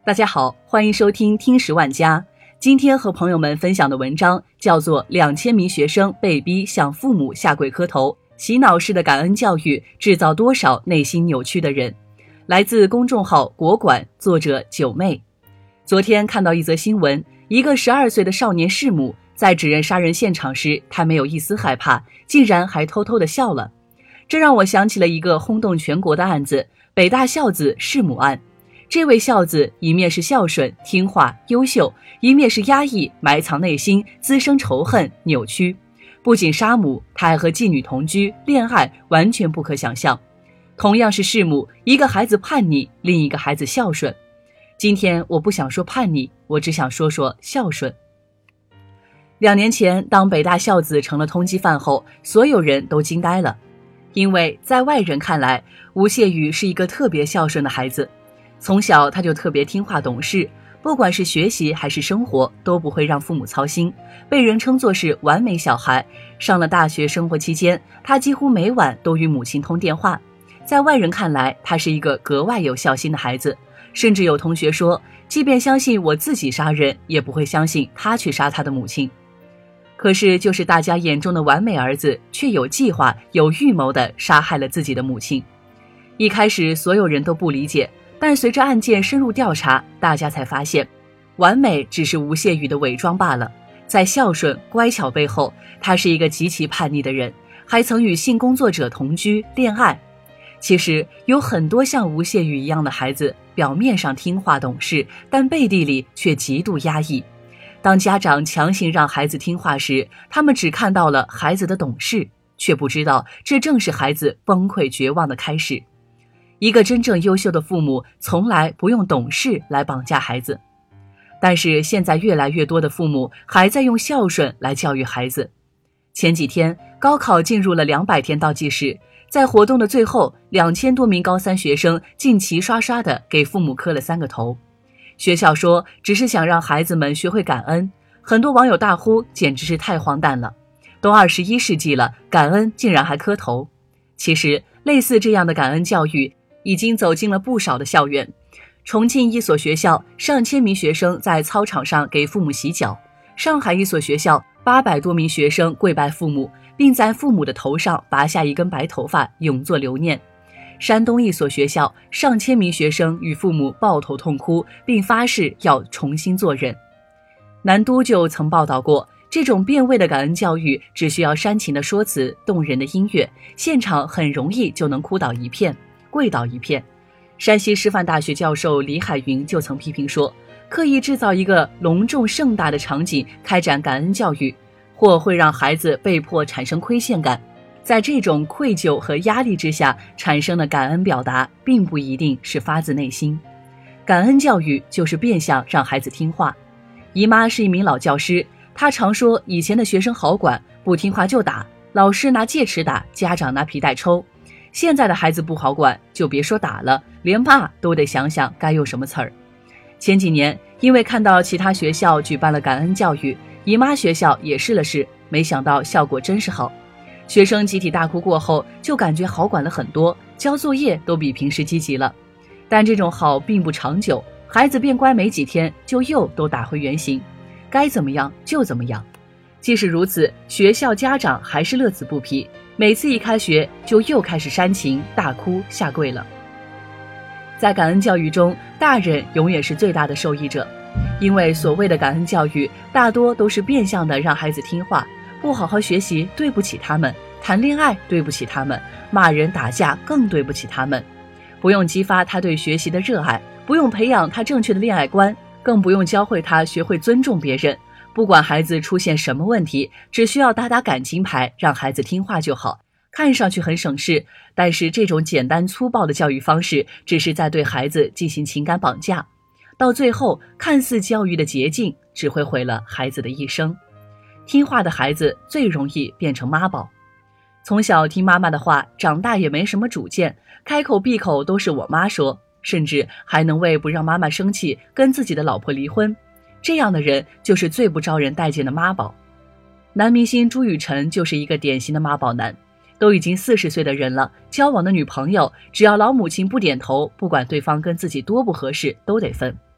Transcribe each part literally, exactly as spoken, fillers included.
大家好，欢迎收听听十万家。今天和朋友们分享的文章叫做两千名学生被逼向父母下跪磕头，洗脑式的感恩教育制造多少内心扭曲的人。来自公众号国馆，作者九妹。昨天看到一则新闻，一个十二岁的少年弑母，在指认杀人现场时，他没有一丝害怕，竟然还偷偷地笑了。这让我想起了一个轰动全国的案子——北大孝子弑母案。这位孝子一面是孝顺、听话、优秀，一面是压抑、埋藏内心、滋生仇恨、扭曲。不仅杀母，他还和妓女同居、恋爱，完全不可想象。同样是弑母，一个孩子叛逆，另一个孩子孝顺。今天我不想说叛逆，我只想说说孝顺。两年前，当北大孝子成了通缉犯后，所有人都惊呆了，因为在外人看来，吴谢宇是一个特别孝顺的孩子。从小他就特别听话懂事，不管是学习还是生活都不会让父母操心，被人称作是完美小孩。上了大学生活期间，他几乎每晚都与母亲通电话。在外人看来，他是一个格外有孝心的孩子，甚至有同学说，即便相信我自己杀人，也不会相信他去杀他的母亲。可是就是大家眼中的完美儿子，却有计划有预谋地杀害了自己的母亲。一开始所有人都不理解，但随着案件深入调查，大家才发现，完美只是吴谢宇的伪装罢了。在孝顺乖巧背后，他是一个极其叛逆的人，还曾与性工作者同居恋爱。其实有很多像吴谢宇一样的孩子，表面上听话懂事，但背地里却极度压抑。当家长强行让孩子听话时，他们只看到了孩子的懂事，却不知道这正是孩子崩溃绝望的开始。一个真正优秀的父母从来不用懂事来绑架孩子，但是现在越来越多的父母还在用孝顺来教育孩子。前几天高考进入了两百天倒计时，在活动的最后，两千多名高三学生竟齐刷刷地给父母磕了三个头。学校说只是想让孩子们学会感恩，很多网友大呼简直是太荒诞了，都二十一世纪了，感恩竟然还磕头。其实类似这样的感恩教育已经走进了不少的校园。重庆一所学校上千名学生在操场上给父母洗脚，上海一所学校八百多名学生跪拜父母，并在父母的头上拔下一根白头发，永作留念。山东一所学校上千名学生与父母抱头痛哭，并发誓要重新做人。南都就曾报道过，这种变味的感恩教育只需要煽情的说辞、动人的音乐，现场很容易就能哭倒一片，跪倒一片。山西师范大学教授李海云就曾批评说，刻意制造一个隆重盛大的场景开展感恩教育，或会让孩子被迫产生亏欠感。在这种愧疚和压力之下产生的感恩表达，并不一定是发自内心。感恩教育就是变相让孩子听话。姨妈是一名老教师，她常说以前的学生好管，不听话就打，老师拿戒尺打，家长拿皮带抽。现在的孩子不好管，就别说打了，连骂都得想想该用什么词儿。前几年因为看到其他学校举办了感恩教育，姨妈学校也试了试，没想到效果真是好。学生集体大哭过后，就感觉好管了很多，交作业都比平时积极了。但这种好并不长久，孩子变乖没几天，就又都打回原形，该怎么样就怎么样。即使如此，学校家长还是乐此不疲，每次一开学就又开始煽情大哭下跪了。在感恩教育中，大人永远是最大的受益者，因为所谓的感恩教育大多都是变相的让孩子听话，不好好学习对不起他们，谈恋爱对不起他们，骂人打架更对不起他们。不用激发他对学习的热爱，不用培养他正确的恋爱观，更不用教会他学会尊重别人。不管孩子出现什么问题，只需要打打感情牌，让孩子听话就好。看上去很省事，但是这种简单粗暴的教育方式只是在对孩子进行情感绑架，到最后看似教育的捷径只会毁了孩子的一生。听话的孩子最容易变成妈宝，从小听妈妈的话，长大也没什么主见，开口闭口都是我妈说，甚至还能为不让妈妈生气跟自己的老婆离婚。这样的人就是最不招人待见的妈宝。男明星朱雨辰就是一个典型的妈宝男，都已经四十岁的人了，交往的女朋友只要老母亲不点头，不管对方跟自己多不合适都得分。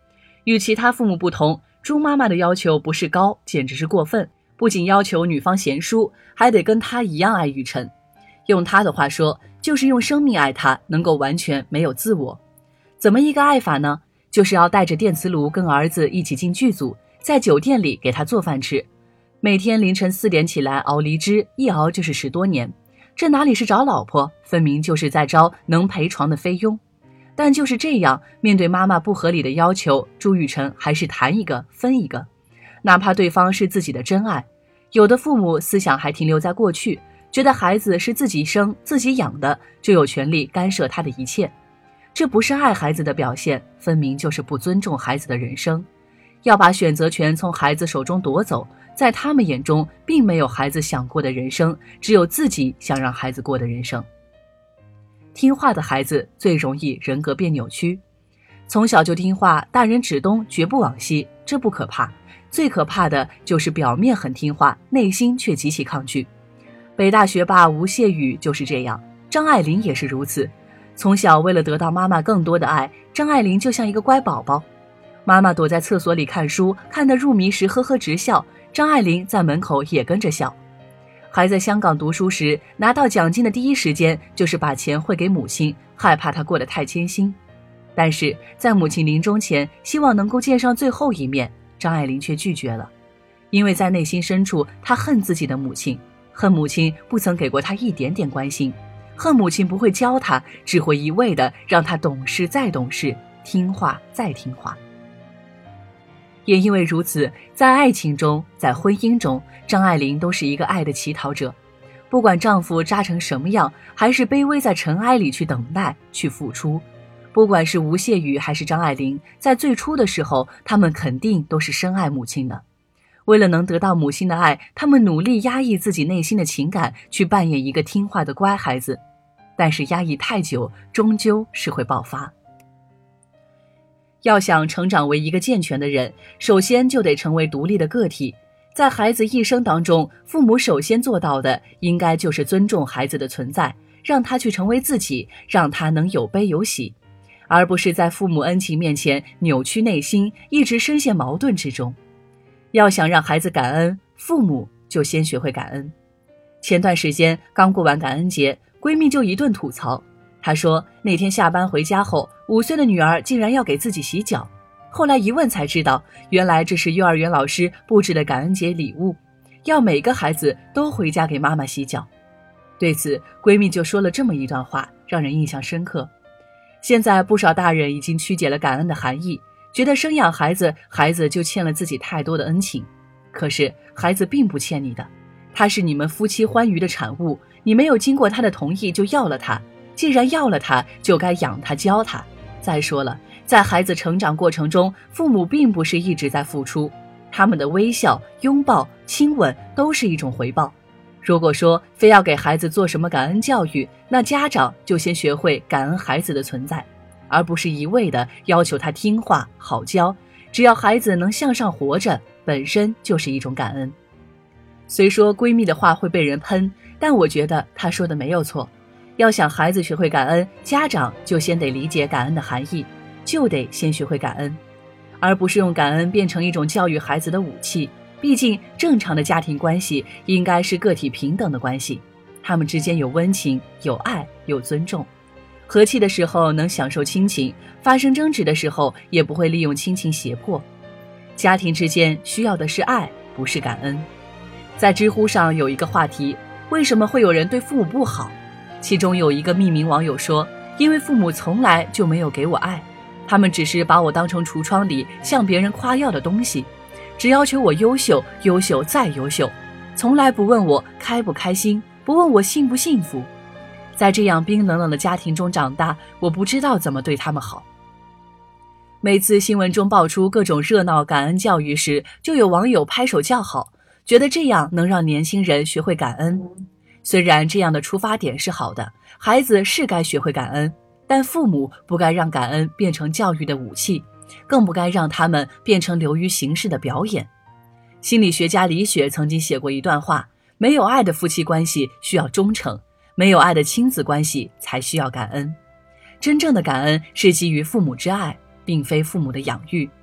与其他父母不同，朱妈妈的要求不是高，简直是过分，不仅要求女方贤淑，还得跟她一样爱雨辰。用她的话说，就是用生命爱她，能够完全没有自我。怎么一个爱法呢？就是要带着电磁炉跟儿子一起进剧组，在酒店里给他做饭吃，每天凌晨四点起来熬梨汁，一熬就是十多年。这哪里是找老婆，分明就是在招能陪床的菲佣。但就是这样，面对妈妈不合理的要求，朱雨辰还是谈一个分一个，哪怕对方是自己的真爱。有的父母思想还停留在过去，觉得孩子是自己生自己养的，就有权利干涉他的一切。这不是爱孩子的表现，分明就是不尊重孩子的人生。要把选择权从孩子手中夺走，在他们眼中并没有孩子想过的人生，只有自己想让孩子过的人生。听话的孩子最容易人格变扭曲，从小就听话，大人指东绝不往西，这不可怕，最可怕的就是表面很听话，内心却极其抗拒。北大学霸吴谢宇就是这样，张爱玲也是如此。从小为了得到妈妈更多的爱，张爱玲就像一个乖宝宝。妈妈躲在厕所里看书，看得入迷时呵呵直笑，张爱玲在门口也跟着笑。还在香港读书时，拿到奖金的第一时间就是把钱汇给母亲，害怕她过得太艰辛。但是在母亲临终前，希望能够见上最后一面，张爱玲却拒绝了。因为在内心深处，她恨自己的母亲，恨母亲不曾给过她一点点关心，恨母亲不会教她，只会一味地让她懂事再懂事，听话再听话。也因为如此，在爱情中，在婚姻中，张爱玲都是一个爱的乞讨者。不管丈夫渣成什么样，还是卑微在尘埃里去等待，去付出。不管是吴谢宇还是张爱玲，在最初的时候，他们肯定都是深爱母亲的。为了能得到母亲的爱，他们努力压抑自己内心的情感，去扮演一个听话的乖孩子。但是压抑太久，终究是会爆发。要想成长为一个健全的人，首先就得成为独立的个体。在孩子一生当中，父母首先做到的，应该就是尊重孩子的存在，让他去成为自己，让他能有悲有喜，而不是在父母恩情面前扭曲内心，一直深陷矛盾之中。要想让孩子感恩，父母就先学会感恩。前段时间刚过完感恩节，闺蜜就一顿吐槽。她说那天下班回家后，五岁的女儿竟然要给自己洗脚。后来一问才知道，原来这是幼儿园老师布置的感恩节礼物，要每个孩子都回家给妈妈洗脚。对此，闺蜜就说了这么一段话，让人印象深刻。现在不少大人已经曲解了感恩的含义，觉得生养孩子，孩子就欠了自己太多的恩情。可是孩子并不欠你的，他是你们夫妻欢愉的产物，你没有经过他的同意就要了他，既然要了他，就该养他教他。再说了，在孩子成长过程中，父母并不是一直在付出，他们的微笑、拥抱、亲吻都是一种回报。如果说非要给孩子做什么感恩教育，那家长就先学会感恩孩子的存在，而不是一味的要求他听话好教。只要孩子能向上活着，本身就是一种感恩。虽说闺蜜的话会被人喷，但我觉得她说的没有错。要想孩子学会感恩，家长就先得理解感恩的含义，就得先学会感恩，而不是用感恩变成一种教育孩子的武器。毕竟正常的家庭关系应该是个体平等的关系，他们之间有温情，有爱，有尊重。和气的时候能享受亲情，发生争执的时候也不会利用亲情胁迫。家庭之间需要的是爱，不是感恩。在知乎上有一个话题，为什么会有人对父母不好？其中有一个匿名网友说，因为父母从来就没有给我爱，他们只是把我当成橱窗里向别人夸耀的东西，只要求我优秀，优秀再优秀，从来不问我开不开心，不问我幸不幸福。在这样冰冷冷的家庭中长大，我不知道怎么对他们好。每次新闻中爆出各种热闹感恩教育时，就有网友拍手叫好，觉得这样能让年轻人学会感恩。虽然这样的出发点是好的，孩子是该学会感恩，但父母不该让感恩变成教育的武器，更不该让他们变成流于形式的表演。心理学家李雪曾经写过一段话，没有爱的夫妻关系需要忠诚，没有爱的亲子关系才需要感恩。真正的感恩是基于父母之爱，并非父母的养育。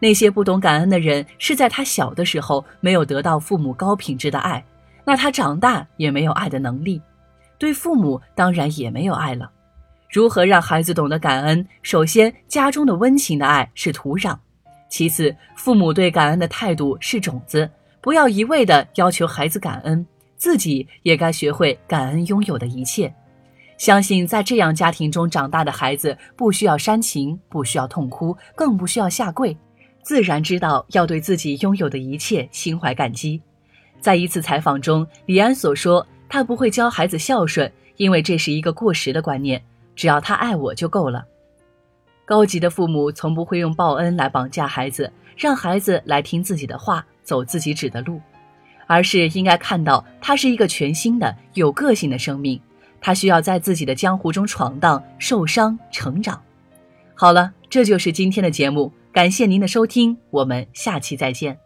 那些不懂感恩的人，是在他小的时候没有得到父母高品质的爱，那他长大也没有爱的能力，对父母当然也没有爱了。如何让孩子懂得感恩？首先，家中的温情的爱是土壤，其次，父母对感恩的态度是种子，不要一味地要求孩子感恩，自己也该学会感恩拥有的一切。相信在这样家庭中长大的孩子，不需要煽情，不需要痛哭，更不需要下跪，自然知道要对自己拥有的一切心怀感激。在一次采访中，李安所说，他不会教孩子孝顺，因为这是一个过时的观念，只要他爱我就够了。高级的父母从不会用报恩来绑架孩子，让孩子来听自己的话，走自己指的路，而是应该看到他是一个全新的有个性的生命，他需要在自己的江湖中闯荡、受伤、成长。好了，这就是今天的节目，感谢您的收听，我们下期再见。